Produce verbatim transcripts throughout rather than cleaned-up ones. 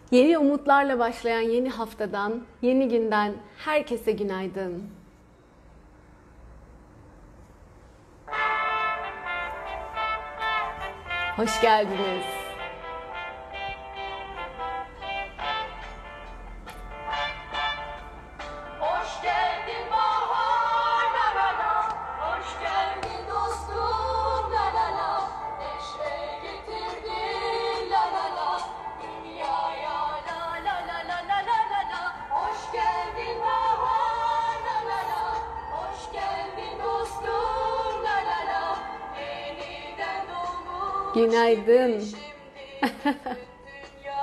Yeni umutlarla başlayan yeni haftadan, yeni günden herkese günaydın. Hoş geldiniz. Hoş geldin bahar, la la la. Hoş geldin dostum, la la la. Neşe getirdin, la la la. Dünyaya la la la la la la la la. Hoş geldin bahar, la la la. Hoş geldin dostum, la la la. Yeniden doğmuş Günaydın. gibi şimdi bütün dünya.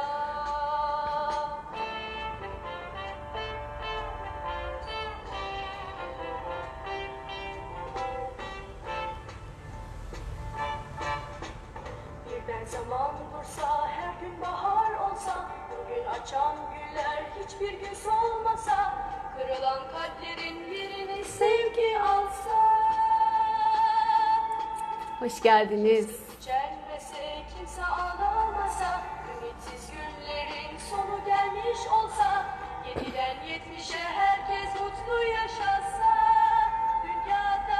Birden zaman dursa, her gün bahar olsa, bugün açan güller hiçbir gün solmasa, kırılan kalplerin yerini sevgi alsa. Hoş geldiniz. Çelmese, kimse ağlamasa, ümitsiz günlerin sonu gelmiş olsa, yediden yetmişe herkes mutlu yaşasa dünyada.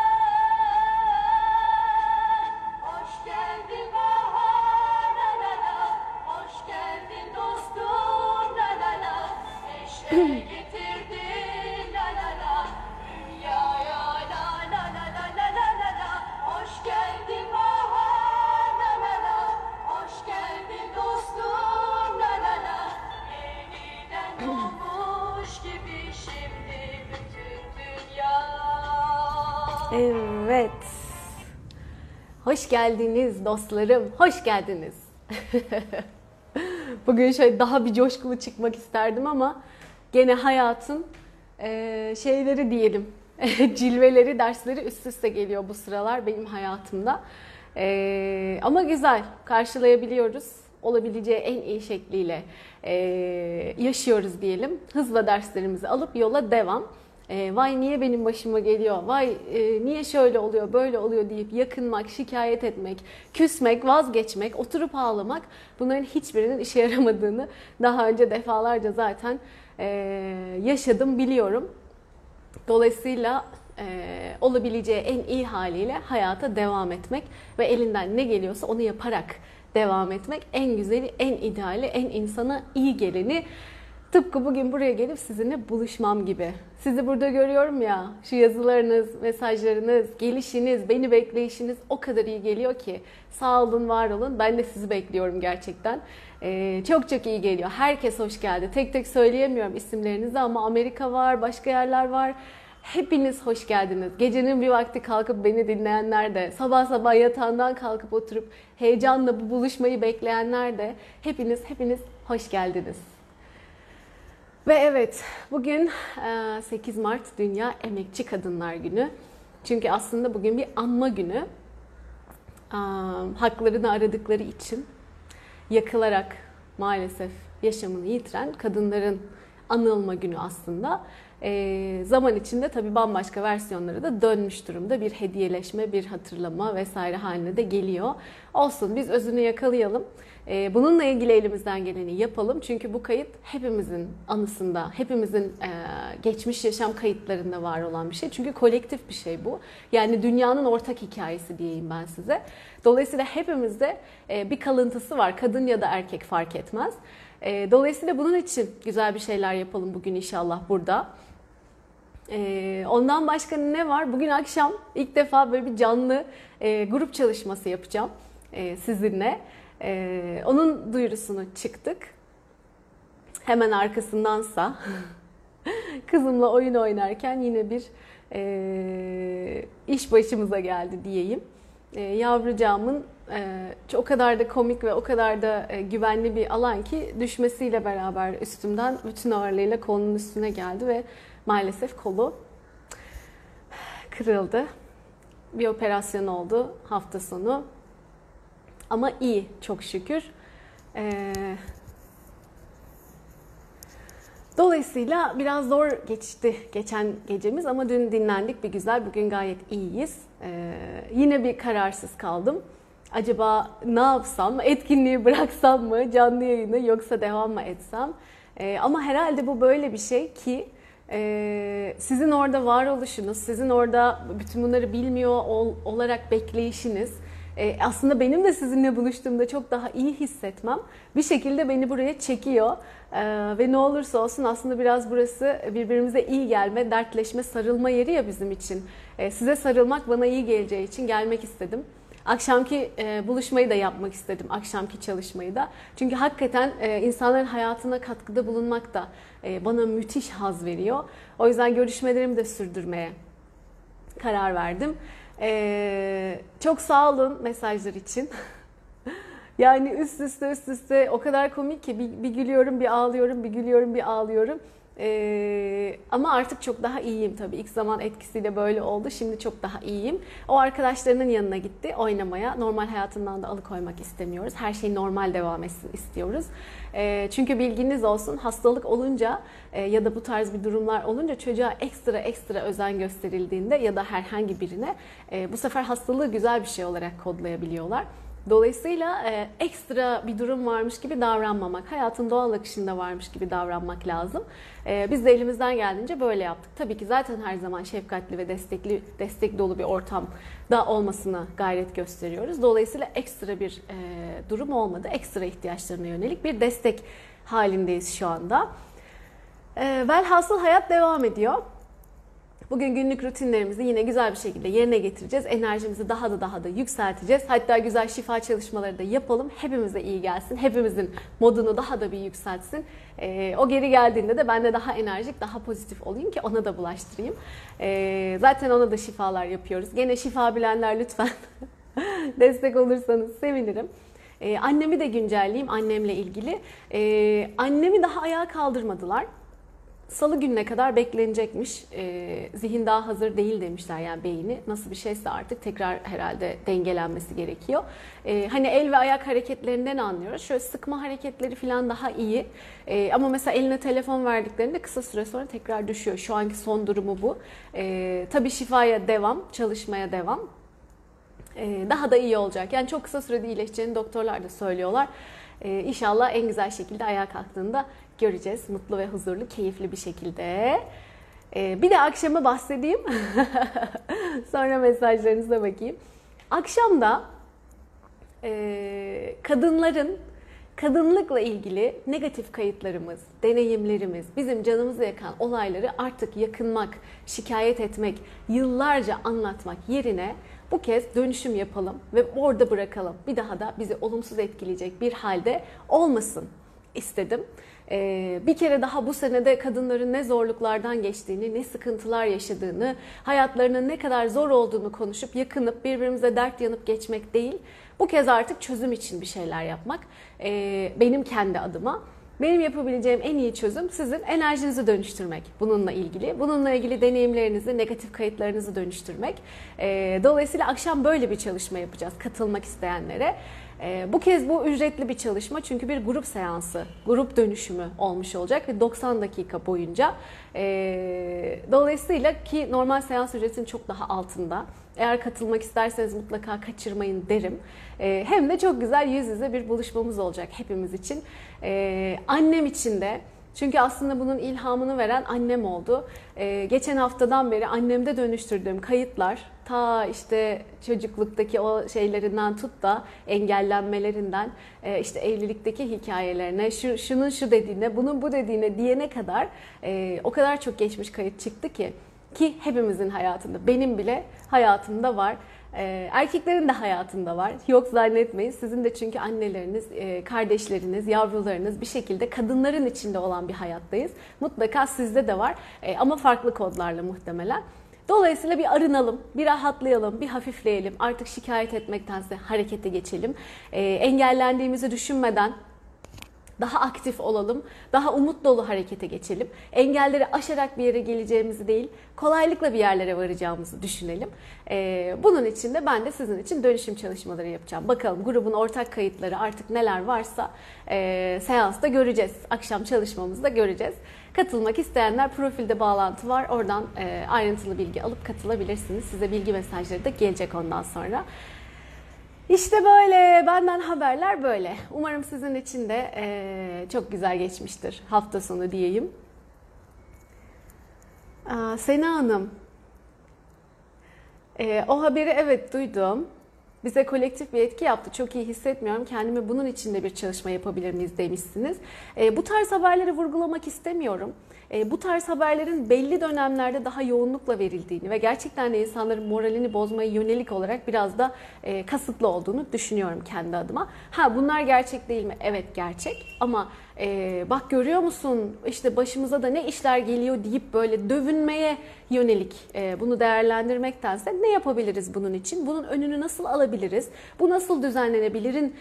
Hoş geldin bahar, la la la. Hoş geldin dostum, la la la. Neşe getirdin, la la la. Dünyaya la la la la la la la la. Hoş geldin bahar, la la la. Hoş geldin dostum, la la la. Yeniden doğmuş gibi şimdi bütün dünya. Evet. Hoş geldiniz dostlarım. Hoş geldiniz. Bugün şöyle daha bir coşkulu çıkmak isterdim ama gene hayatın eee, şeyleri diyelim, cilveleri, dersleri üst üste geliyor bu sıralar benim hayatımda. Eee, ama güzel, karşılayabiliyoruz. Olabileceği en iyi şekliyle eee, yaşıyoruz diyelim. Hızla derslerimizi alıp yola devam. E, vay niye benim başıma geliyor, vay e, niye şöyle oluyor, böyle oluyor deyip yakınmak, şikayet etmek, küsmek, vazgeçmek, oturup ağlamak, bunların hiçbirinin işe yaramadığını daha önce defalarca zaten e, yaşadım, biliyorum. Dolayısıyla e, olabileceği en iyi haliyle hayata devam etmek ve elinden ne geliyorsa onu yaparak devam etmek en güzeli, en ideali, en insana iyi geleni. Tıpkı bugün buraya gelip sizinle buluşmam gibi. Sizi burada görüyorum ya, şu yazılarınız, mesajlarınız, gelişiniz, beni bekleyişiniz o kadar iyi geliyor ki. Sağ olun, var olun. Ben de sizi bekliyorum gerçekten. Ee, çok çok iyi geliyor. Herkes hoş geldi. Tek tek söyleyemiyorum isimlerinizi ama Amerika var, başka yerler var. Hepiniz hoş geldiniz. Gecenin bir vakti kalkıp beni dinleyenler de, sabah sabah yatağından kalkıp oturup heyecanla bu buluşmayı bekleyenler de hepiniz hepiniz hoş geldiniz. Ve evet, bugün sekiz Mart Dünya Emekçi Kadınlar Günü. Çünkü aslında bugün bir anma günü. Haklarını aradıkları için yakılarak maalesef yaşamını yitiren kadınların anılma günü aslında. E, zaman içinde tabii bambaşka versiyonları da dönmüş durumda. Bir hediyeleşme, bir hatırlama vesaire haline de geliyor. Olsun, biz özünü yakalayalım. E, bununla ilgili elimizden geleni yapalım. Çünkü bu kayıt hepimizin anısında, hepimizin e, geçmiş yaşam kayıtlarında var olan bir şey. Çünkü kolektif bir şey bu. Yani dünyanın ortak hikayesi diyeyim ben size. Dolayısıyla hepimizde e, bir kalıntısı var. Kadın ya da erkek fark etmez. E, dolayısıyla bunun için güzel bir şeyler yapalım bugün inşallah burada. Ee, ondan başka ne var? Bugün akşam ilk defa böyle bir canlı e, grup çalışması yapacağım e, sizinle. E, onun duyurusunu çıktık. Hemen arkasındansa kızımla oyun oynarken yine bir e, iş başımıza geldi diyeyim. E, yavrucağımın e, o kadar da komik ve o kadar da e, güvenli bir alan ki düşmesiyle beraber üstümden bütün ağırlığıyla kolunun üstüne geldi ve maalesef kolu kırıldı. Bir operasyon oldu hafta sonu. Ama iyi çok şükür. Ee, dolayısıyla biraz zor geçti geçen gecemiz ama dün dinlendik bir güzel. Bugün gayet iyiyiz. Ee, yine bir kararsız kaldım. acaba ne yapsam, etkinliği bıraksam mı, canlı yayını yoksa devam mı etsem? Ee, ama herhalde bu böyle bir şey ki e, sizin orada varoluşunuz, sizin orada bütün bunları bilmiyor ol, olarak bekleyişiniz, e, aslında benim de sizinle buluştuğumda çok daha iyi hissetmem bir şekilde beni buraya çekiyor. Ee, ve ne olursa olsun aslında biraz burası birbirimize iyi gelme, dertleşme, sarılma yeri ya bizim için. Ee, size sarılmak bana iyi geleceği için gelmek istedim. Akşamki e, buluşmayı da yapmak istedim, akşamki çalışmayı da. Çünkü hakikaten e, insanların hayatına katkıda bulunmak da e, bana müthiş haz veriyor. O yüzden görüşmelerimi de sürdürmeye karar verdim. E, çok sağ olun mesajlar için. Yani üst üste üst üste o kadar komik ki bir, bir gülüyorum, bir ağlıyorum, bir gülüyorum, bir ağlıyorum. Ee, ama artık çok daha iyiyim tabii. İlk zaman etkisiyle böyle oldu. Şimdi çok daha iyiyim. O arkadaşlarının yanına gitti oynamaya. Normal hayatından da alıkoymak istemiyoruz. Her şey normal devam etsin istiyoruz. Ee, çünkü bilginiz olsun, hastalık olunca e, ya da bu tarz bir durumlar olunca çocuğa ekstra ekstra özen gösterildiğinde ya da herhangi birine e, bu sefer hastalığı güzel bir şey olarak kodlayabiliyorlar. Dolayısıyla e, ekstra bir durum varmış gibi davranmamak, hayatın doğal akışında varmış gibi davranmak lazım. E, biz de elimizden geldiğince böyle yaptık. Tabii ki zaten her zaman şefkatli ve destekli, destek dolu bir ortamda olmasına gayret gösteriyoruz. Dolayısıyla ekstra bir e, durum olmadı. Ekstra ihtiyaçlarına yönelik bir destek halindeyiz şu anda. E, velhasıl hayat devam ediyor. Bugün günlük rutinlerimizi yine güzel bir şekilde yerine getireceğiz. Enerjimizi daha da daha da yükselteceğiz. Hatta güzel şifa çalışmaları da yapalım. Hepimize iyi gelsin. Hepimizin modunu daha da bir yükseltsin. Ee, o geri geldiğinde de ben de daha enerjik, daha pozitif olayım ki ona da bulaştırayım. Ee, zaten ona da şifalar yapıyoruz. Gene şifa bilenler lütfen destek olursanız sevinirim. Ee, annemi de güncelleyeyim annemle ilgili. Ee, annemi daha ayağa kaldırmadılar. Salı gününe kadar beklenecekmiş. E, zihin daha hazır değil demişler, yani beyni. Nasıl bir şeyse artık tekrar herhalde dengelenmesi gerekiyor. E, hani el ve ayak hareketlerinden anlıyoruz. Şöyle sıkma hareketleri falan daha iyi. E, ama mesela eline telefon verdiklerinde kısa süre sonra tekrar düşüyor. Şu anki son durumu bu. E, tabii şifaya devam, çalışmaya devam. E, daha da iyi olacak. Yani çok kısa sürede iyileşeceğini doktorlar da söylüyorlar. E, İnşallah en güzel şekilde ayağa kalktığında göreceğiz. Mutlu ve huzurlu, keyifli bir şekilde. Ee, bir de akşama bahsedeyim. Sonra mesajlarınıza bakayım. Akşamda e, kadınların kadınlıkla ilgili negatif kayıtlarımız, deneyimlerimiz, bizim canımızı yakan olayları artık yakınmak, şikayet etmek, yıllarca anlatmak yerine bu kez dönüşüm yapalım ve orada bırakalım. Bir daha da bizi olumsuz etkileyecek bir halde olmasın istedim. Ee, bir kere daha bu senede kadınların ne zorluklardan geçtiğini, ne sıkıntılar yaşadığını, hayatlarının ne kadar zor olduğunu konuşup yakınıp birbirimize dert yanıp geçmek değil, bu kez artık çözüm için bir şeyler yapmak. Ee, benim kendi adıma. Benim yapabileceğim en iyi çözüm sizin enerjinizi dönüştürmek bununla ilgili. Bununla ilgili deneyimlerinizi, negatif kayıtlarınızı dönüştürmek. Ee, dolayısıyla akşam böyle bir çalışma yapacağız katılmak isteyenlere. Ee, bu kez bu ücretli bir çalışma çünkü bir grup seansı, grup dönüşümü olmuş olacak ve doksan dakika boyunca. Ee, dolayısıyla ki normal seans ücretinin çok daha altında. Eğer katılmak isterseniz mutlaka kaçırmayın derim. Ee, hem de çok güzel yüz yüze bir buluşmamız olacak hepimiz için. Ee, annem için de. Çünkü aslında bunun ilhamını veren annem oldu. Ee, geçen haftadan beri annemde dönüştürdüğüm kayıtlar, ta işte çocukluktaki o şeylerinden tut da engellenmelerinden, e, işte evlilikteki hikayelerine, şu, şunun şu dediğine, bunun bu dediğine diyene kadar e, o kadar çok geçmiş kayıt çıktı ki. Ki hepimizin hayatında, benim bile hayatımda var. Erkeklerin de hayatında var. Yok zannetmeyin. Sizin de çünkü anneleriniz, kardeşleriniz, yavrularınız bir şekilde kadınların içinde olan bir hayattayız. Mutlaka sizde de var ama farklı kodlarla muhtemelen. Dolayısıyla bir arınalım, bir rahatlayalım, bir hafifleyelim. Artık şikayet etmektense harekete geçelim. Engellendiğimizi düşünmeden daha aktif olalım, daha umut dolu harekete geçelim. Engelleri aşarak bir yere geleceğimizi değil, kolaylıkla bir yerlere varacağımızı düşünelim. Ee, bunun için de ben de sizin için dönüşüm çalışmaları yapacağım. Bakalım grubun ortak kayıtları artık neler varsa e, seansta göreceğiz. Akşam çalışmamızda göreceğiz. Katılmak isteyenler profilde bağlantı var. Oradan e, ayrıntılı bilgi alıp katılabilirsiniz. Size bilgi mesajları da gelecek ondan sonra. İşte böyle benden haberler böyle. Umarım sizin için de e, çok güzel geçmiştir hafta sonu diyeyim. Aa, Sena Hanım, e, o haberi evet duydum. Bize kolektif bir etki yaptı. Çok iyi hissetmiyorum. Kendime bunun için de bir çalışma yapabilir miyiz demişsiniz. E, bu tarz haberleri vurgulamak istemiyorum. E, bu tarz haberlerin belli dönemlerde daha yoğunlukla verildiğini ve gerçekten de insanların moralini bozmaya yönelik olarak biraz da e, kasıtlı olduğunu düşünüyorum kendi adıma. Ha bunlar gerçek değil mi? Evet gerçek. Ama e, bak görüyor musun işte başımıza da ne işler geliyor deyip böyle dövünmeye yönelik e, bunu değerlendirmektense ne yapabiliriz bunun için? Bunun önünü nasıl alabiliriz? Bu nasıl düzenlenebilirin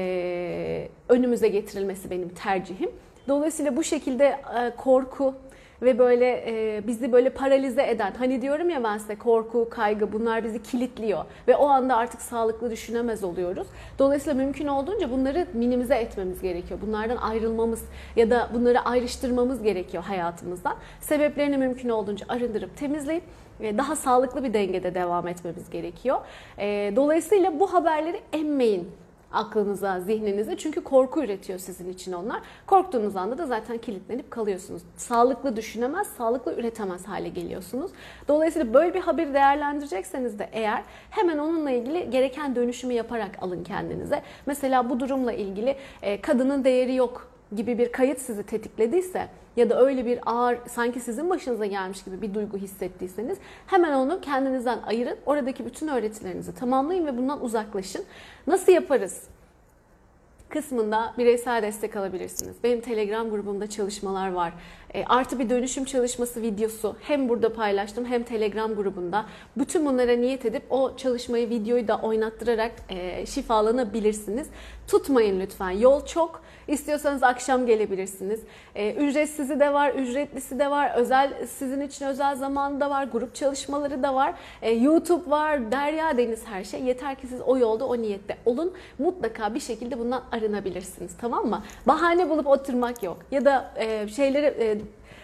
e, önümüze getirilmesi benim tercihim. Dolayısıyla bu şekilde e, korku ve böyle e, bizi böyle paralize eden, hani diyorum ya ben size korku, kaygı bunlar bizi kilitliyor ve o anda artık sağlıklı düşünemez oluyoruz. Dolayısıyla mümkün olduğunca bunları minimize etmemiz gerekiyor. Bunlardan ayrılmamız ya da bunları ayrıştırmamız gerekiyor hayatımızdan. Sebeplerini mümkün olduğunca arındırıp temizleyip daha sağlıklı bir dengede devam etmemiz gerekiyor. E, dolayısıyla bu haberleri emmeyin aklınıza, zihninize. Çünkü korku üretiyor sizin için onlar. Korktuğunuz anda da zaten kilitlenip kalıyorsunuz. Sağlıklı düşünemez, sağlıklı üretemez hale geliyorsunuz. Dolayısıyla böyle bir haberi değerlendirecekseniz de eğer hemen onunla ilgili gereken dönüşümü yaparak alın kendinize. Mesela bu durumla ilgili e, kadının değeri yok gibi bir kayıt sizi tetiklediyse ya da öyle bir ağır sanki sizin başınıza gelmiş gibi bir duygu hissettiyseniz hemen onu kendinizden ayırın. Oradaki bütün öğretilerinizi tamamlayın ve bundan uzaklaşın. Nasıl yaparız kısmında bireysel destek alabilirsiniz. Benim Telegram grubumda çalışmalar var. E, artı bir dönüşüm çalışması videosu hem burada paylaştım hem Telegram grubunda. Bütün bunlara niyet edip o çalışmayı, videoyu da oynattırarak e, şifalanabilirsiniz. Tutmayın lütfen. Yol çok. İstiyorsanız akşam gelebilirsiniz. E, ücretsizi de var, ücretlisi de var. Özel sizin için özel zamanı da var. Grup çalışmaları da var. E, YouTube var. Derya deniz her şey. Yeter ki siz o yolda, o niyette olun. Mutlaka bir şekilde bundan arınabilirsiniz. Tamam mı? Bahane bulup oturmak yok. Ya da e, şeyleri... E,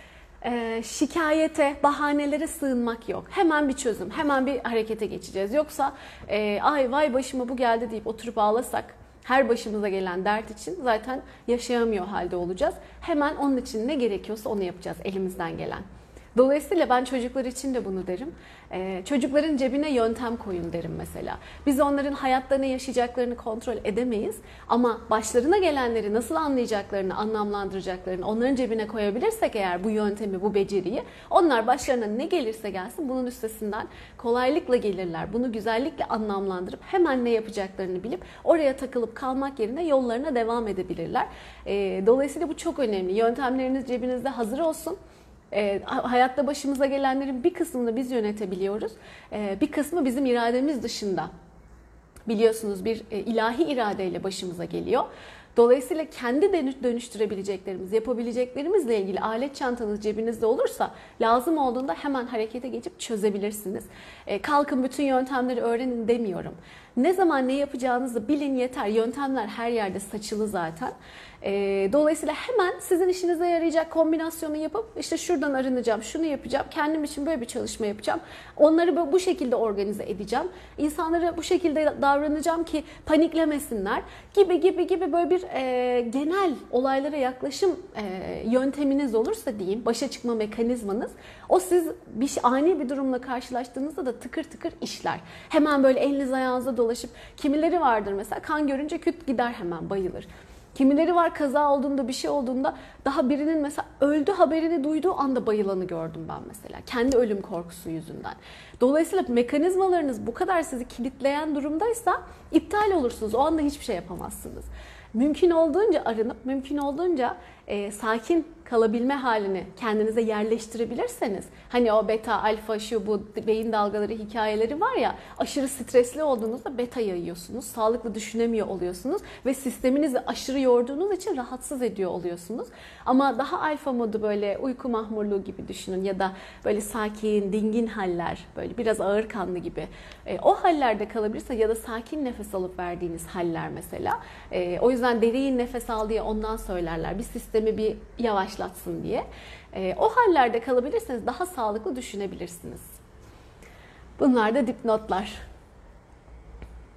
Ee, şikayete, bahanelere sığınmak yok. Hemen bir çözüm, hemen bir harekete geçeceğiz. Yoksa e, ay vay başıma bu geldi deyip oturup ağlasak her başımıza gelen dert için zaten yaşayamıyor halde olacağız. Hemen onun için ne gerekiyorsa onu yapacağız elimizden gelen. Dolayısıyla ben çocuklar için de bunu derim. Ee, çocukların cebine yöntem koyun derim mesela. Biz onların hayatta ne yaşayacaklarını kontrol edemeyiz. Ama başlarına gelenleri nasıl anlayacaklarını, anlamlandıracaklarını onların cebine koyabilirsek eğer bu yöntemi, bu beceriyi, onlar başlarına ne gelirse gelsin bunun üstesinden kolaylıkla gelirler. Bunu güzellikle anlamlandırıp hemen ne yapacaklarını bilip oraya takılıp kalmak yerine yollarına devam edebilirler. Ee, dolayısıyla bu çok önemli. Yöntemleriniz cebinizde hazır olsun. E, hayatta başımıza gelenlerin bir kısmını biz yönetebiliyoruz. E, bir kısmı bizim irademiz dışında. Biliyorsunuz bir e, ilahi iradeyle başımıza geliyor. Dolayısıyla kendi dönüştürebileceklerimiz, yapabileceklerimizle ilgili alet çantanız cebinizde olursa lazım olduğunda hemen harekete geçip çözebilirsiniz. E, kalkın bütün yöntemleri öğrenin demiyorum. Ne zaman ne yapacağınızı bilin yeter. Yöntemler her yerde saçılı zaten. E, dolayısıyla hemen sizin işinize yarayacak kombinasyonu yapıp işte şuradan arınacağım, şunu yapacağım, kendim için böyle bir çalışma yapacağım. Onları bu şekilde organize edeceğim. İnsanlara bu şekilde davranacağım ki paniklemesinler gibi gibi gibi böyle bir e, genel olaylara yaklaşım e, yönteminiz olursa diyeyim, başa çıkma mekanizmanız, o siz bir ani bir durumla karşılaştığınızda da tıkır tıkır işler. Hemen böyle eliniz ayağınıza dolaşıp, kimileri vardır mesela kan görünce küt gider hemen bayılır. Kimileri var kaza olduğunda, bir şey olduğunda daha birinin mesela öldü haberini duyduğu anda bayılanı gördüm ben mesela. Kendi ölüm korkusu yüzünden. Dolayısıyla mekanizmalarınız bu kadar sizi kilitleyen durumdaysa iptal olursunuz. O anda hiçbir şey yapamazsınız. Mümkün olduğunca arınıp, mümkün olduğunca e, sakin kalabilme halini kendinize yerleştirebilirseniz, hani o beta, alfa, şu bu beyin dalgaları hikayeleri var ya, aşırı stresli olduğunuzda beta yayıyorsunuz, sağlıklı düşünemiyor oluyorsunuz ve sisteminizi aşırı yorduğunuz için rahatsız ediyor oluyorsunuz. Ama daha alfa modu böyle uyku mahmurluğu gibi düşünün ya da böyle sakin, dingin haller, böyle biraz ağır kanlı gibi. E, o hallerde kalabilirse ya da sakin nefes alıp verdiğiniz haller mesela. E, o yüzden derin nefes al diye ondan söylerler. Bir sistemi bir yavaşlatsın diye. E, o hallerde kalabilirseniz daha sağlıklı düşünebilirsiniz. Bunlar da dipnotlar.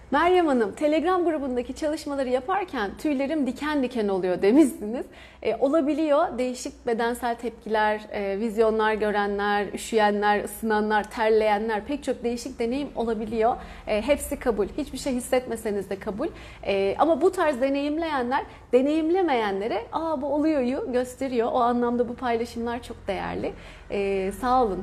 Meryem Hanım, Telegram grubundaki çalışmaları yaparken tüylerim diken diken oluyor demişsiniz. E, olabiliyor. Değişik bedensel tepkiler, e, vizyonlar görenler, üşüyenler, ısınanlar, terleyenler, pek çok değişik deneyim olabiliyor. E, hepsi kabul. Hiçbir şey hissetmeseniz de kabul. E, ama bu tarz deneyimleyenler, deneyimlemeyenlere aa bu oluyor'yu gösteriyor. O anlamda bu paylaşımlar çok değerli. E, sağ olun.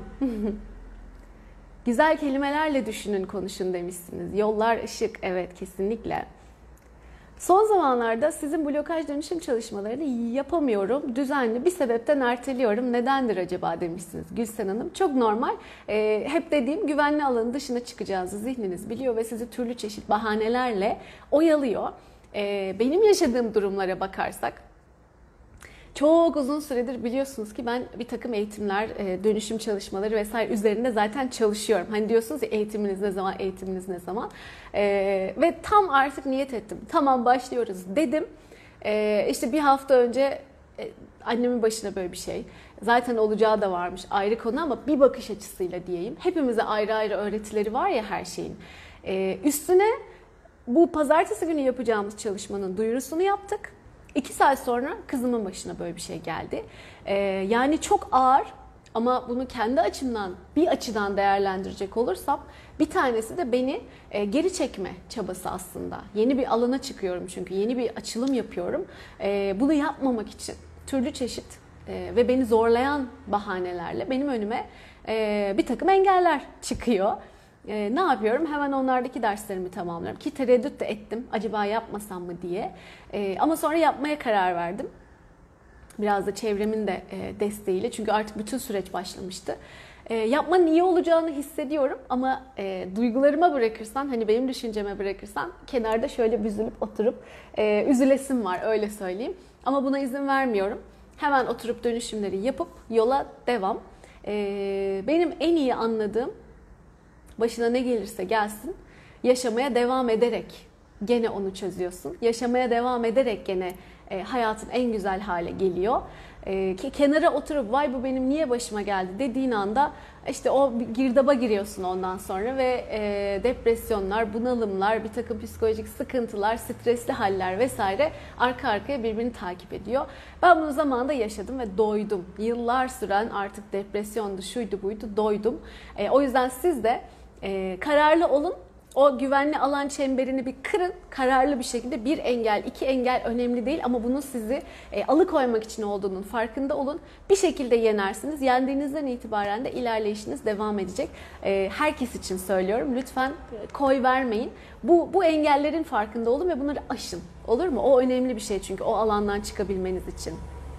Güzel kelimelerle düşünün, konuşun demişsiniz. Yollar ışık, evet kesinlikle. Son zamanlarda sizin blokaj dönüşüm çalışmalarını yapamıyorum. Düzenli bir sebepten erteliyorum. Nedendir acaba demişsiniz Gülsen Hanım. Çok normal. Ee, hep dediğim güvenli alanın dışına çıkacağınızı zihniniz biliyor ve sizi türlü çeşit bahanelerle oyalıyor. Ee, benim yaşadığım durumlara bakarsak, çok uzun süredir biliyorsunuz ki ben bir takım eğitimler, dönüşüm çalışmaları vesaire üzerinde zaten çalışıyorum. Hani diyorsunuz ya eğitiminiz ne zaman, eğitiminiz ne zaman. Ee, ve tam artık niyet ettim. Tamam başlıyoruz dedim. Ee, işte bir hafta önce e, annemin başına böyle bir şey. Zaten olacağı da varmış ayrı konu ama bir bakış açısıyla diyeyim. Hepimize ayrı ayrı öğretileri var ya her şeyin. Ee, üstüne bu pazartesi günü yapacağımız çalışmanın duyurusunu yaptık. İki saat sonra kızımın başına böyle bir şey geldi. Ee, yani çok ağır ama bunu kendi açımdan, bir açıdan değerlendirecek olursam bir tanesi de beni e, geri çekme çabası aslında. Yeni bir alana çıkıyorum çünkü yeni bir açılım yapıyorum. E, bunu yapmamak için türlü çeşit e, ve beni zorlayan bahanelerle benim önüme e, bir takım engeller çıkıyor. Ee, ne yapıyorum? Hemen onlardaki derslerimi tamamlıyorum. Ki tereddüt de ettim. Acaba yapmasam mı diye. Ee, ama sonra yapmaya karar verdim. Biraz da çevremin de e, desteğiyle. Çünkü artık bütün süreç başlamıştı. E, yapmanın iyi olacağını hissediyorum. Ama e, duygularıma bırakırsan, hani benim düşünceme bırakırsan kenarda şöyle büzülüp oturup e, üzülesim var öyle söyleyeyim. Ama buna izin vermiyorum. Hemen oturup dönüşümleri yapıp yola devam. E, benim en iyi anladığım, başına ne gelirse gelsin, yaşamaya devam ederek gene onu çözüyorsun. Yaşamaya devam ederek gene e, hayatın en güzel hale geliyor. E, ki kenara oturup vay bu benim niye başıma geldi dediğin anda işte o girdaba giriyorsun ondan sonra ve e, depresyonlar, bunalımlar, bir takım psikolojik sıkıntılar, stresli haller vesaire arka arkaya birbirini takip ediyor. Ben bunu zamanında yaşadım ve doydum. Yıllar süren artık depresyondu, şuydu buydu, doydum. E, o yüzden siz de Ee, kararlı olun. O güvenli alan çemberini bir kırın. Kararlı bir şekilde bir engel, iki engel önemli değil ama bunun sizi e, alıkoymak için olduğunun farkında olun. Bir şekilde yenersiniz. Yendiğinizden itibaren de ilerleyişiniz devam edecek. E, herkes için söylüyorum. Lütfen koy vermeyin. Bu, bu engellerin farkında olun ve bunları aşın. Olur mu? O önemli bir şey çünkü o alandan çıkabilmeniz için.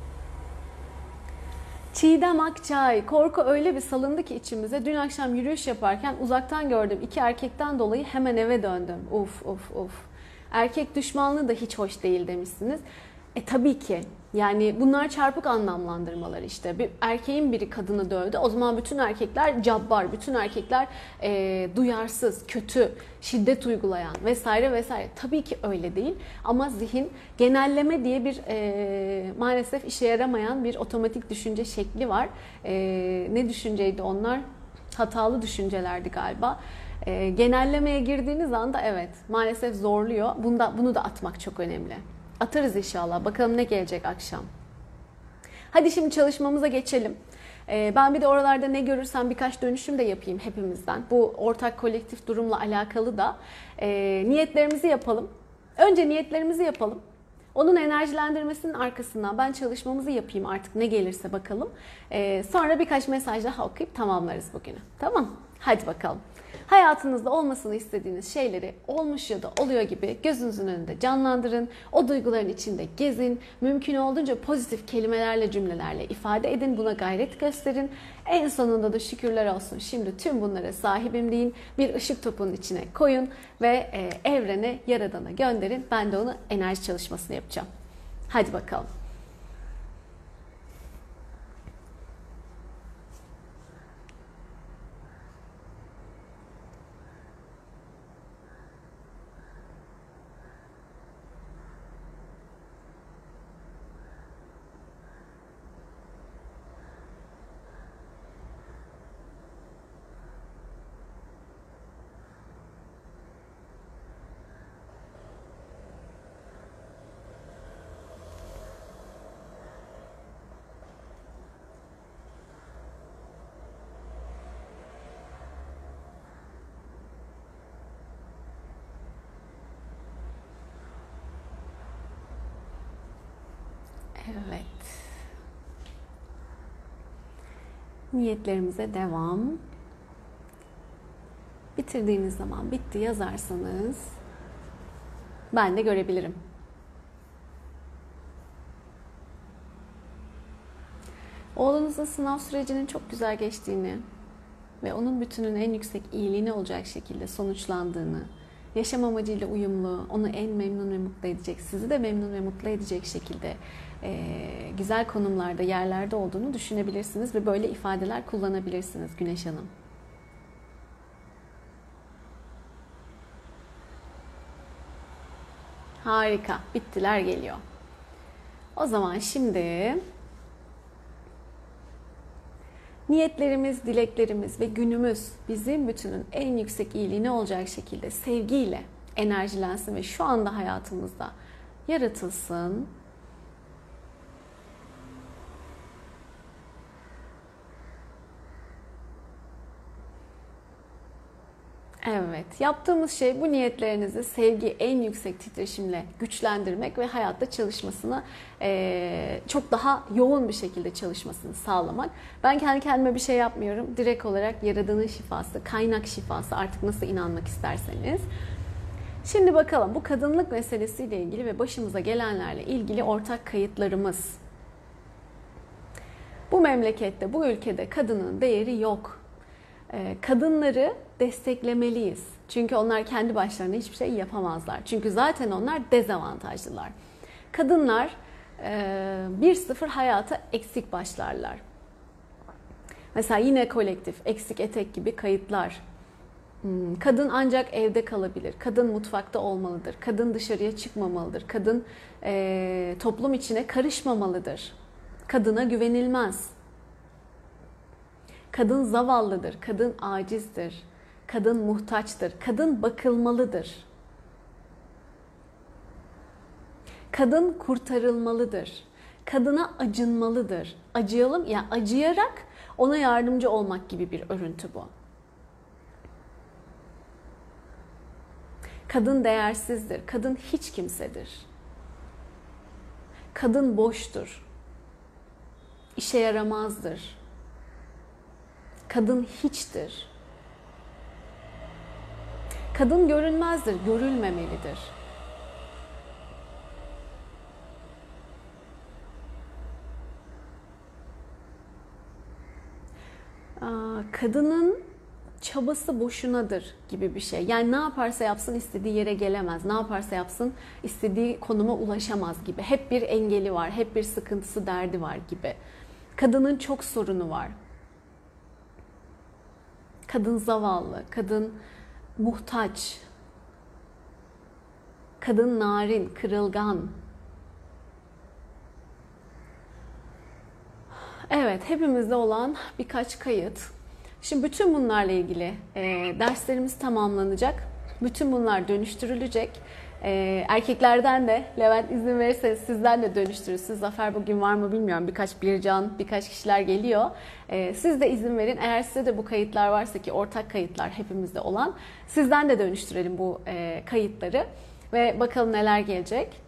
Çiğdem Akçay, korku öyle bir salındı ki içimize. Dün akşam yürüyüş yaparken uzaktan gördüm iki erkekten dolayı hemen eve döndüm. Uf uf uf. Erkek düşmanlığı da hiç hoş değil demişsiniz. E tabii ki. Yani bunlar çarpık anlamlandırmalar işte. Bir erkeğin biri kadını dövdü. O zaman bütün erkekler cabbar, bütün erkekler e, duyarsız, kötü, şiddet uygulayan vesaire vesaire. Tabii ki öyle değil. Ama zihin genelleme diye bir e, maalesef işe yaramayan bir otomatik düşünce şekli var. E, ne düşünceydi onlar? Hatalı düşüncelerdi galiba. E, genellemeye girdiğiniz anda evet maalesef zorluyor. Bunda, bunu da atmak çok önemli. Atarız inşallah. Bakalım ne gelecek akşam. Hadi şimdi çalışmamıza geçelim. Ee, ben bir de oralarda ne görürsem birkaç dönüşüm de yapayım hepimizden. Bu ortak kolektif durumla alakalı da e, niyetlerimizi yapalım. Önce niyetlerimizi yapalım. Onun enerjilendirmesinin arkasından ben çalışmamızı yapayım artık ne gelirse bakalım. Ee, sonra birkaç mesaj daha okuyup tamamlarız bugünü. Tamam? Hadi bakalım. Hayatınızda olmasını istediğiniz şeyleri olmuş ya da oluyor gibi gözünüzün önünde canlandırın. O duyguların içinde gezin. Mümkün olduğunca pozitif kelimelerle, cümlelerle ifade edin. Buna gayret gösterin. En sonunda da şükürler olsun. Şimdi tüm bunlara sahibim deyin. Bir ışık topunun içine koyun ve e, evrene, yaradana gönderin. Ben de onu enerji çalışmasını yapacağım. Hadi bakalım. Evet. Niyetlerimize devam. Bitirdiğiniz zaman bitti yazarsanız ben de görebilirim. Oğlunuzun sınav sürecinin çok güzel geçtiğini ve onun bütünün en yüksek iyiliğine olacak şekilde sonuçlandığını, yaşam amacıyla uyumlu, onu en memnun ve mutlu edecek, sizi de memnun ve mutlu edecek şekilde e, güzel konumlarda, yerlerde olduğunu düşünebilirsiniz ve böyle ifadeler kullanabilirsiniz Güneş Hanım. Harika, bittiler geliyor. O zaman şimdi niyetlerimiz, dileklerimiz ve günümüz bizim bütünün en yüksek iyiliğine olacak şekilde sevgiyle enerjilensin ve şu anda hayatımızda yaratılsın. Evet, yaptığımız şey bu niyetlerinizi sevgi en yüksek titreşimle güçlendirmek ve hayatta çalışmasını e, çok daha yoğun bir şekilde çalışmasını sağlamak. Ben kendi kendime bir şey yapmıyorum. Direkt olarak Yaradan'ın şifası, kaynak şifası, artık nasıl inanmak isterseniz. Şimdi bakalım bu kadınlık meselesiyle ilgili ve başımıza gelenlerle ilgili ortak kayıtlarımız. Bu memlekette, bu ülkede kadının değeri yok. Kadınları desteklemeliyiz. Çünkü onlar kendi başlarına hiçbir şey yapamazlar. Çünkü zaten onlar dezavantajlılar. Kadınlar bir sıfır hayata eksik başlarlar. Mesela yine kolektif, eksik etek gibi kayıtlar. Kadın ancak evde kalabilir. Kadın mutfakta olmalıdır. Kadın dışarıya çıkmamalıdır. Kadın e, toplum içine karışmamalıdır. Kadına güvenilmez. Kadın zavallıdır. Kadın acizdir. Kadın muhtaçtır. Kadın bakılmalıdır. Kadın kurtarılmalıdır. Kadına acınmalıdır. Acıyalım, yani acıyarak ona yardımcı olmak gibi bir örüntü bu. Kadın değersizdir. Kadın hiç kimsedir. Kadın boştur. İşe yaramazdır. Kadın hiçtir. Kadın görünmezdir, görülmemelidir. Kadının çabası boşunadır gibi bir şey. Yani ne yaparsa yapsın istediği yere gelemez. Ne yaparsa yapsın istediği konuma ulaşamaz gibi. Hep bir engeli var, hep bir sıkıntısı, derdi var gibi. Kadının çok sorunu var. Kadın zavallı, kadın muhtaç, kadın narin, kırılgan. Evet, hepimizde olan birkaç kayıt. Şimdi bütün bunlarla ilgili e, derslerimiz tamamlanacak. Bütün bunlar dönüştürülecek. E, erkeklerden de Levent izin verirse sizden de dönüştürürsünüz. Zafer bugün var mı bilmiyorum. Birkaç Bircan, birkaç kişiler geliyor. E, siz de izin verin. Eğer size de bu kayıtlar varsa, ki ortak kayıtlar hepimizde olan, sizden de dönüştürelim bu e, kayıtları. Ve bakalım neler gelecek.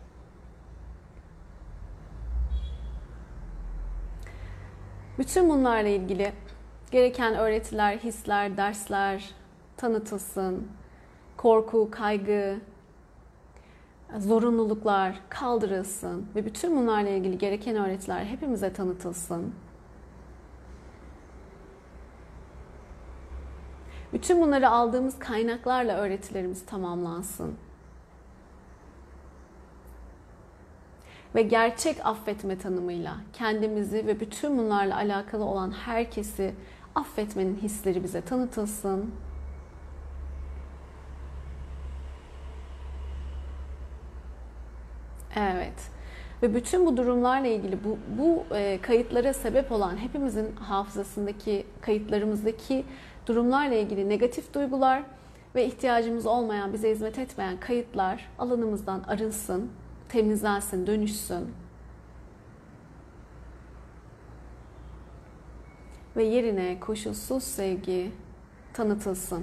Bütün bunlarla ilgili gereken öğretiler, hisler, dersler tanıtılsın. Korku, kaygı, zorunluluklar kaldırılsın ve bütün bunlarla ilgili gereken öğretiler hepimize tanıtılsın. Bütün bunları aldığımız kaynaklarla öğretilerimiz tamamlansın. Ve gerçek affetme tanımıyla kendimizi ve bütün bunlarla alakalı olan herkesi affetmenin hisleri bize tanıtılsın. Evet. Ve bütün bu durumlarla ilgili bu, bu e, kayıtlara sebep olan, hepimizin hafızasındaki, kayıtlarımızdaki durumlarla ilgili negatif duygular ve ihtiyacımız olmayan, bize hizmet etmeyen kayıtlar alanımızdan arınsın, temizlensin, dönüşsün. Ve yerine koşulsuz sevgi tanıtılsın.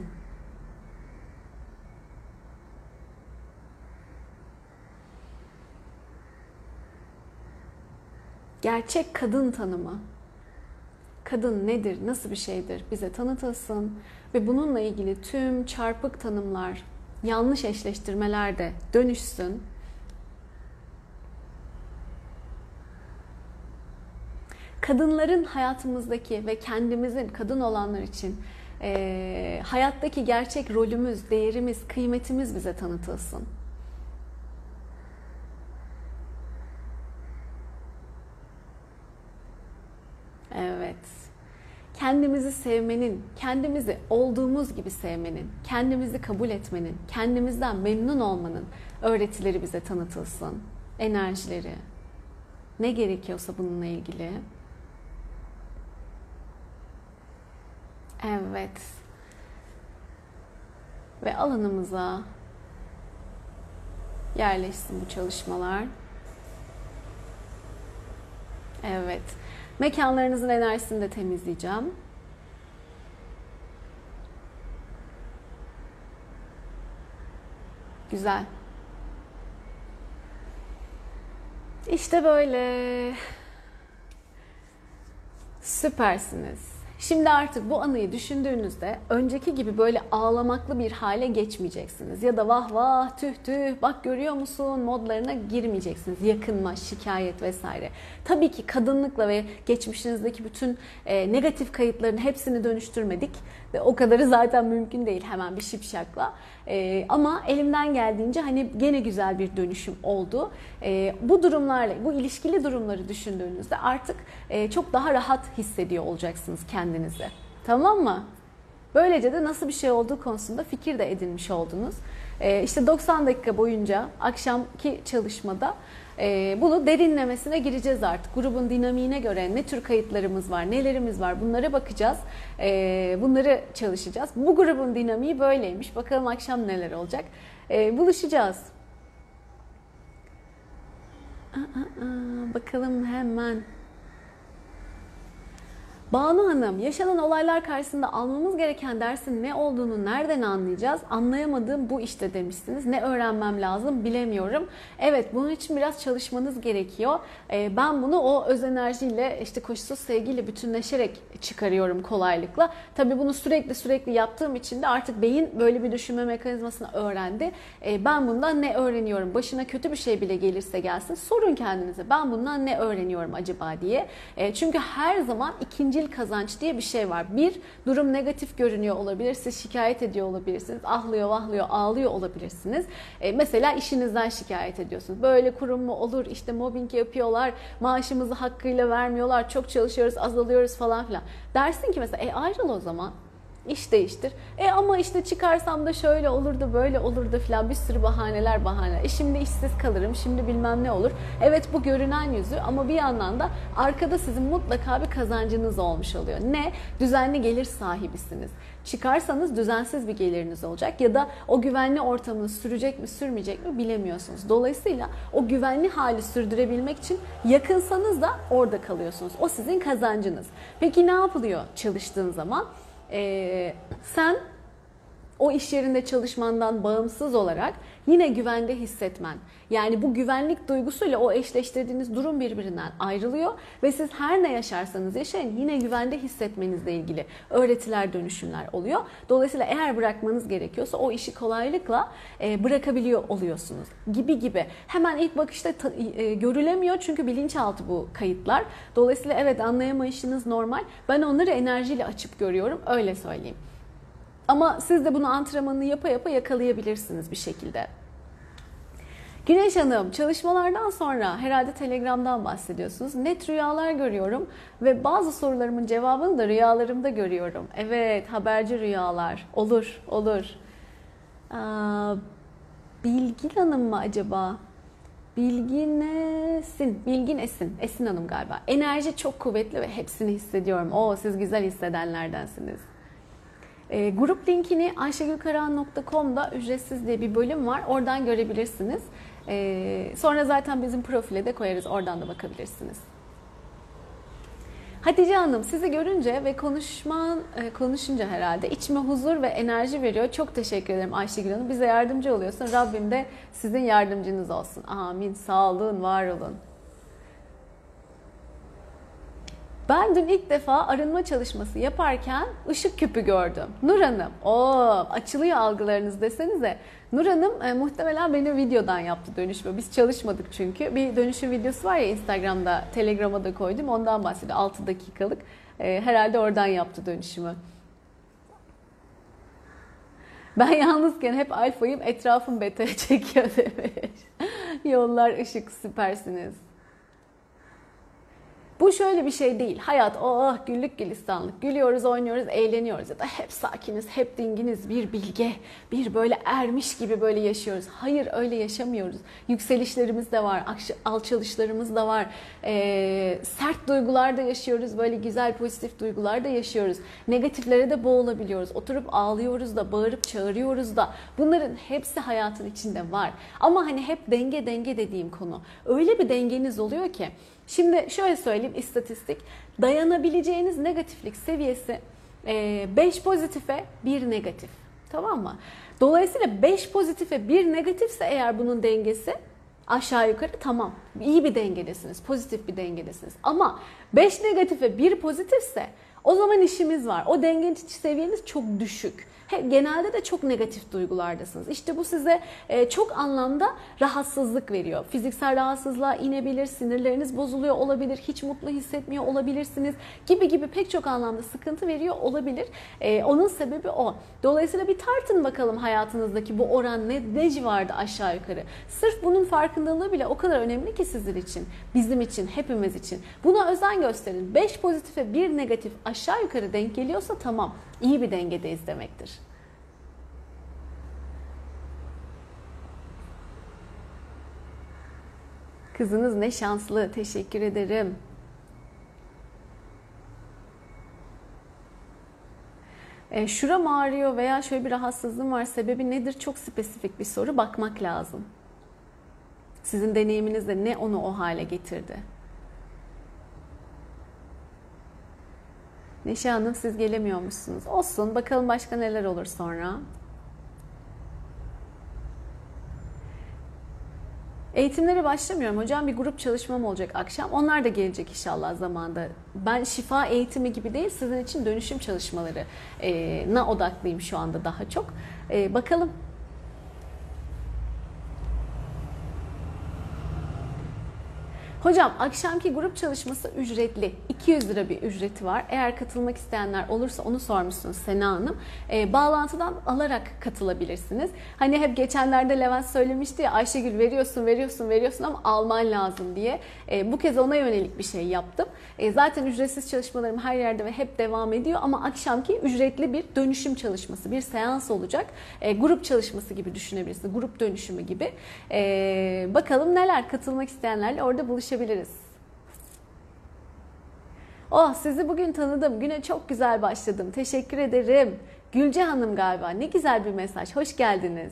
gerçek kadın tanımı. Kadın nedir, nasıl bir şeydir bize tanıtılsın ve bununla ilgili tüm çarpık tanımlar, yanlış eşleştirmeler de dönüşsün. Kadınların hayatımızdaki ve kendimizin kadın olanlar için e, hayattaki gerçek rolümüz, değerimiz, kıymetimiz bize tanıtılsın. Evet. Kendimizi sevmenin, kendimizi olduğumuz gibi sevmenin, kendimizi kabul etmenin, kendimizden memnun olmanın öğretileri bize tanıtılsın. Enerjileri. Ne gerekiyorsa bununla ilgili. Evet. Ve alanımıza yerleşsin bu çalışmalar. Evet. Mekanlarınızın enerjisini de temizleyeceğim. Güzel. İşte böyle. Süpersiniz. Şimdi artık bu anıyı düşündüğünüzde önceki gibi böyle ağlamaklı bir hale geçmeyeceksiniz. Ya da vah vah tüh tüh bak görüyor musun modlarına girmeyeceksiniz. Yakınma, şikayet vesaire. Tabii ki kadınlıkla ve geçmişinizdeki bütün e, negatif kayıtların hepsini dönüştürmedik. Ve o kadarı zaten mümkün değil hemen bir şipşakla. E, ama elimden geldiğince hani gene güzel bir dönüşüm oldu. E, bu durumlarla, bu ilişkili durumları düşündüğünüzde artık e, çok daha rahat hissediyor olacaksınız kendinizi. Tamam mı? Böylece de nasıl bir şey olduğu konusunda fikir de edinmiş oldunuz. E, işte doksan dakika boyunca akşamki çalışmada e, bunu derinlemesine gireceğiz artık. Grubun dinamiğine göre ne tür kayıtlarımız var, nelerimiz var bunlara bakacağız. E, bunları çalışacağız. Bu grubun dinamiği böyleymiş. Bakalım akşam neler olacak. E, buluşacağız. Aa, aa, bakalım hemen. Banu Hanım, yaşanan olaylar karşısında almamız gereken dersin ne olduğunu nereden anlayacağız? Anlayamadığım bu işte demişsiniz. Ne öğrenmem lazım bilemiyorum. Evet, bunun için biraz çalışmanız gerekiyor. Ben bunu o öz enerjiyle, işte koşulsuz sevgiyle bütünleşerek çıkarıyorum kolaylıkla. Tabii bunu sürekli sürekli yaptığım için de artık beyin böyle bir düşünme mekanizmasını öğrendi. Ben bundan ne öğreniyorum? Başına kötü bir şey bile gelirse gelsin. Sorun kendinize. Ben bundan ne öğreniyorum acaba diye. Çünkü her zaman ikinci kazanç diye bir şey var. Bir, durum negatif görünüyor olabilir. Siz şikayet ediyor olabilirsiniz. Ahlıyor, vahlıyor, ağlıyor olabilirsiniz. E, mesela işinizden şikayet ediyorsunuz. Böyle kurum mu olur? İşte mobbing yapıyorlar. Maaşımızı hakkıyla vermiyorlar. Çok çalışıyoruz, azalıyoruz falan filan. Dersin ki mesela e ayrıl o zaman. İş değiştir. E ama işte çıkarsam da şöyle olur da böyle olur da filan bir sürü bahaneler bahaneler. E şimdi işsiz kalırım, şimdi bilmem ne olur. Evet bu görünen yüzü ama bir yandan da arkada sizin mutlaka bir kazancınız olmuş oluyor. Ne? Düzenli gelir sahibisiniz. Çıkarsanız düzensiz bir geliriniz olacak ya da o güvenli ortamınız sürecek mi sürmeyecek mi bilemiyorsunuz. Dolayısıyla o güvenli hali sürdürebilmek için yakınsanız da orada kalıyorsunuz. O sizin kazancınız. Peki ne yapılıyor çalıştığın zaman? Ee, sen o iş yerinde çalışmandan bağımsız olarak yine güvende hissetmen. Yani bu güvenlik duygusuyla o eşleştirdiğiniz durum birbirinden ayrılıyor ve siz her ne yaşarsanız yaşayın yine güvende hissetmenizle ilgili öğretiler, dönüşümler oluyor. Dolayısıyla eğer bırakmanız gerekiyorsa o işi kolaylıkla bırakabiliyor oluyorsunuz gibi gibi. Hemen ilk bakışta görülemiyor çünkü bilinçaltı bu kayıtlar. Dolayısıyla evet anlayamayışınız normal. Ben onları enerjiyle açıp görüyorum öyle söyleyeyim. Ama siz de bunu antrenmanını yapa yapa yakalayabilirsiniz bir şekilde. Güneş Hanım, çalışmalardan sonra herhalde Telegram'dan bahsediyorsunuz. Net rüyalar görüyorum ve bazı sorularımın cevabını da rüyalarımda görüyorum. Evet, haberci rüyalar. Olur, olur. Aa, Bilgin Hanım mı acaba? Bilgin Esin, Bilgin Esin, Esin Hanım galiba. Enerji çok kuvvetli ve hepsini hissediyorum. Oo, siz güzel hissedenlerdensiniz. E, grup linkini ayşegülkarahan nokta com'da ücretsiz diye bir bölüm var. Oradan görebilirsiniz. E, sonra zaten bizim profile de koyarız. Oradan da bakabilirsiniz. Hatice Hanım sizi görünce ve konuşman, e, konuşunca herhalde içime huzur ve enerji veriyor. Çok teşekkür ederim Ayşegül Hanım. Bize yardımcı oluyorsun. Rabbim de sizin yardımcınız olsun. Amin. Sağ olun, var olun. Ben dün ilk defa arınma çalışması yaparken ışık küpü gördüm. Nur Hanım, o açılıyor algılarınız desenize. Nur Hanım e, muhtemelen benim videodan yaptı dönüşümü. Biz çalışmadık çünkü. Bir dönüşüm videosu var ya Instagram'da, Telegram'a da koydum. Ondan bahsediyor. altı dakikalık. E, herhalde oradan yaptı dönüşümü. Ben yalnızken hep alfayım, etrafım beta'ya çekiyor demiş. Yollar ışık, süpersiniz. Bu şöyle bir şey değil. Hayat oh güllük gülistanlık. Gülüyoruz, oynuyoruz, eğleniyoruz ya da hep sakiniz, hep dinginiz, bir bilge, bir böyle ermiş gibi böyle yaşıyoruz. Hayır, öyle yaşamıyoruz. Yükselişlerimiz de var, alçalışlarımız da var. Ee, sert duygular da yaşıyoruz, böyle güzel pozitif duygular da yaşıyoruz. Negatiflere de boğulabiliyoruz. Oturup ağlıyoruz da, bağırıp çağırıyoruz da. Bunların hepsi hayatın içinde var. Ama hani hep denge denge dediğim konu. Öyle bir dengeniz oluyor ki. Şimdi şöyle söyleyeyim, istatistik, dayanabileceğiniz negatiflik seviyesi beş pozitife bir negatif, tamam mı? Dolayısıyla beş pozitife bir negatifse eğer bunun dengesi aşağı yukarı tamam, iyi bir dengedesiniz, pozitif bir dengedesiniz. Ama beş negatife bir pozitifse o zaman işimiz var. O denge seviyeniz çok düşük. Genelde de çok negatif duygulardasınız. İşte bu size çok anlamda rahatsızlık veriyor. Fiziksel rahatsızlığa inebilir, sinirleriniz bozuluyor olabilir, hiç mutlu hissetmiyor olabilirsiniz gibi gibi pek çok anlamda sıkıntı veriyor olabilir. Onun sebebi o. Dolayısıyla bir tartın bakalım hayatınızdaki bu oran ne, ne civarda aşağı yukarı. Sırf bunun farkındalığı bile o kadar önemli ki sizin için, bizim için, hepimiz için. Buna özen gösterin. beş pozitife bir negatif aşağı yukarı denk geliyorsa tamam, iyi bir dengedeyiz demektir. Kızınız ne şanslı. Teşekkür ederim. E, şuram ağrıyor veya şöyle bir rahatsızlığım var. Sebebi nedir? Çok spesifik bir soru. Bakmak lazım. Sizin deneyiminizde ne onu o hale getirdi? Neşe Hanım, siz gelemiyormuşsunuz. Olsun. Bakalım başka neler olur sonra. Eğitimlere başlamıyorum hocam. Bir grup çalışmam olacak akşam. Onlar da gelecek inşallah zamanda. Ben şifa eğitimi gibi değil, sizin için dönüşüm çalışmalarına odaklıyım şu anda daha çok. Bakalım. Hocam akşamki grup çalışması ücretli. iki yüz lira bir ücreti var. Eğer katılmak isteyenler olursa, onu sormuşsunuz Sena Hanım. E, bağlantıdan alarak katılabilirsiniz. Hani hep geçenlerde Levent söylemişti ya, Ayşegül veriyorsun, veriyorsun, veriyorsun ama alman lazım diye. E, bu kez ona yönelik bir şey yaptım. E, zaten ücretsiz çalışmalarım her yerde ve hep devam ediyor ama akşamki ücretli bir dönüşüm çalışması, bir seans olacak. E, grup çalışması gibi düşünebilirsiniz. Grup dönüşümü gibi. E, bakalım neler, katılmak isteyenlerle orada buluşabilirsiniz. Oh, sizi bugün tanıdım. Güne çok güzel başladım. Teşekkür ederim. Gülce Hanım galiba. Ne güzel bir mesaj. Hoş geldiniz.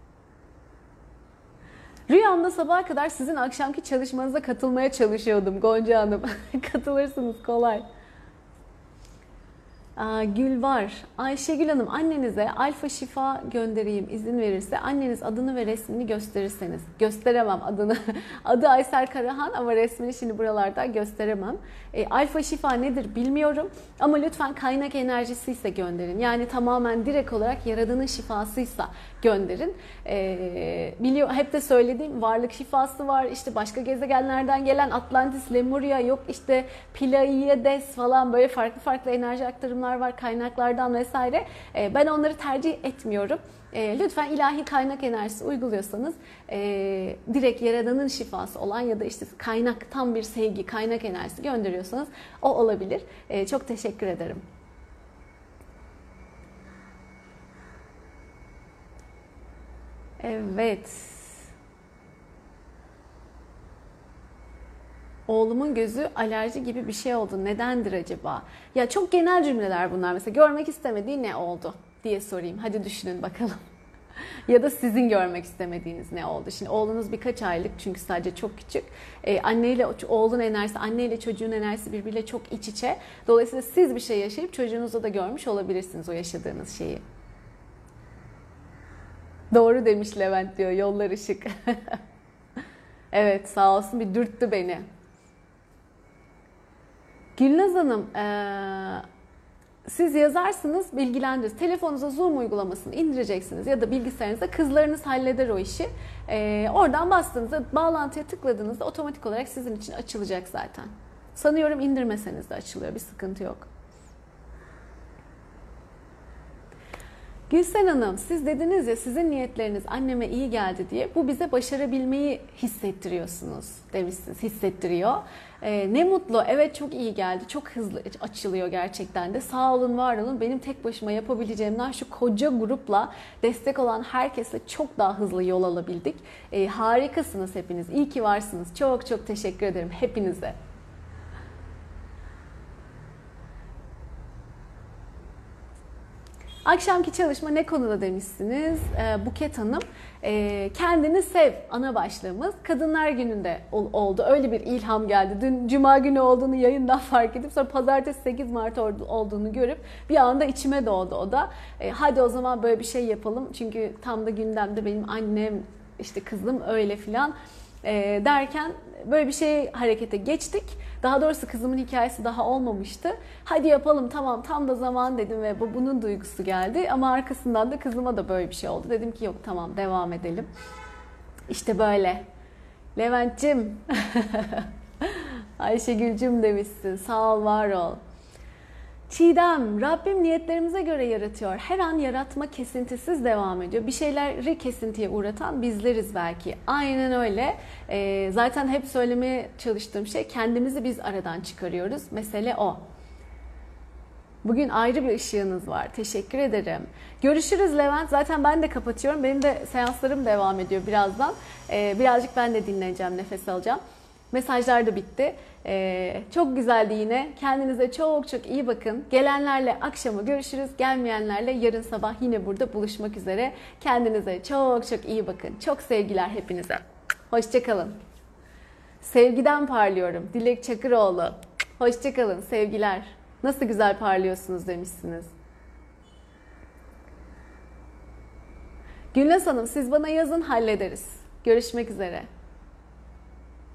Rüyamda sabaha kadar sizin akşamki çalışmanıza katılmaya çalışıyordum Gonca Hanım. Katılırsınız, kolay. Aa, Gül var. Ayşegül Hanım, annenize alfa şifa göndereyim izin verirse, anneniz adını ve resmini gösterirseniz. Gösteremem adını. Adı Aysel Karahan ama resmini şimdi buralarda gösteremem. E, alfa şifa nedir bilmiyorum ama lütfen kaynak enerjisi ise gönderin. Yani tamamen direkt olarak Yaradan'ın şifasıysa gönderin. E, biliyor, hep de söylediğim varlık şifası var. İşte başka gezegenlerden gelen Atlantis, Lemuria, yok işte Pleiades falan, böyle farklı farklı enerji aktarımları var kaynaklardan vesaire. Ben onları tercih etmiyorum. Lütfen ilahi kaynak enerjisi uyguluyorsanız direkt Yaradan'ın şifası olan ya da işte kaynak, tam bir sevgi, kaynak enerjisi gönderiyorsanız o olabilir. Çok teşekkür ederim. Evet. Oğlumun gözü alerji gibi bir şey oldu. Nedendir acaba? Ya çok genel cümleler bunlar. Mesela görmek istemediği ne oldu diye sorayım. Hadi düşünün bakalım. Ya da sizin görmek istemediğiniz ne oldu? Şimdi oğlunuz birkaç aylık, çünkü sadece çok küçük. Ee, anneyle oğlun enerjisi, anneyle çocuğun enerjisi birbiriyle çok iç içe. Dolayısıyla siz bir şey yaşayıp çocuğunuzda da görmüş olabilirsiniz o yaşadığınız şeyi. Doğru demiş Levent diyor. Yollar ışık. Evet, sağ olsun, bir dürttü beni. Gülnaz Hanım, ee, siz yazarsınız, bilgilendiririz. Telefonunuza Zoom uygulamasını indireceksiniz ya da bilgisayarınıza, kızlarınız halleder o işi. Ee, oradan bastığınızda, bağlantıya tıkladığınızda otomatik olarak sizin için açılacak zaten. Sanıyorum indirmeseniz de açılıyor, bir sıkıntı yok. Gülsen Hanım, siz dediniz ya sizin niyetleriniz anneme iyi geldi diye, bu bize başarabilmeyi hissettiriyorsunuz demişsiniz, hissettiriyor. Ee, ne mutlu, evet çok iyi geldi, çok hızlı açılıyor gerçekten de. Sağ olun, var olun, benim tek başıma yapabileceğimden şu koca grupla, destek olan herkesle çok daha hızlı yol alabildik. Ee, harikasınız hepiniz, iyi ki varsınız, çok çok teşekkür ederim hepinize. Akşamki çalışma ne konuda demişsiniz ee, Buket Hanım. Ee, kendini sev ana başlığımız. Kadınlar Günü'nde ol, oldu. Öyle bir ilham geldi. Dün Cuma günü olduğunu yayından fark edip sonra Pazartesi sekiz Mart olduğunu görüp bir anda içime doğdu o da. Ee, hadi o zaman böyle bir şey yapalım. Çünkü tam da gündemde benim annem, işte kızım öyle filan ee, derken böyle bir şey harekete geçtik. Daha doğrusu kızımın hikayesi daha olmamıştı. Hadi yapalım, tamam, tam da zaman dedim ve bu bunun duygusu geldi. Ama arkasından da kızıma da böyle bir şey oldu. Dedim ki yok, tamam, devam edelim. İşte böyle. Levent'cim, Ayşegül'cüm demişsin. Sağ ol, var ol. Çiğdem, Rabbim niyetlerimize göre yaratıyor. Her an yaratma kesintisiz devam ediyor. Bir şeyleri kesintiye uğratan bizleriz belki. Aynen öyle. Ee, zaten hep söylemeye çalıştığım şey, kendimizi biz aradan çıkarıyoruz. Mesele o. Bugün ayrı bir ışığınız var. Teşekkür ederim. Görüşürüz Levent. Zaten ben de kapatıyorum. Benim de seanslarım devam ediyor birazdan. Ee, birazcık ben de dinleneceğim, nefes alacağım. Mesajlar da bitti. Ee, çok güzeldi yine. Kendinize çok çok iyi bakın. Gelenlerle akşama görüşürüz. Gelmeyenlerle yarın sabah yine burada buluşmak üzere. Kendinize çok çok iyi bakın. Çok sevgiler hepinize. Hoşçakalın. Sevgiden parlıyorum. Dilek Çakıroğlu. Hoşçakalın. Sevgiler. Nasıl güzel parlıyorsunuz demişsiniz. Gülnaz Hanım, siz bana yazın, hallederiz. Görüşmek üzere.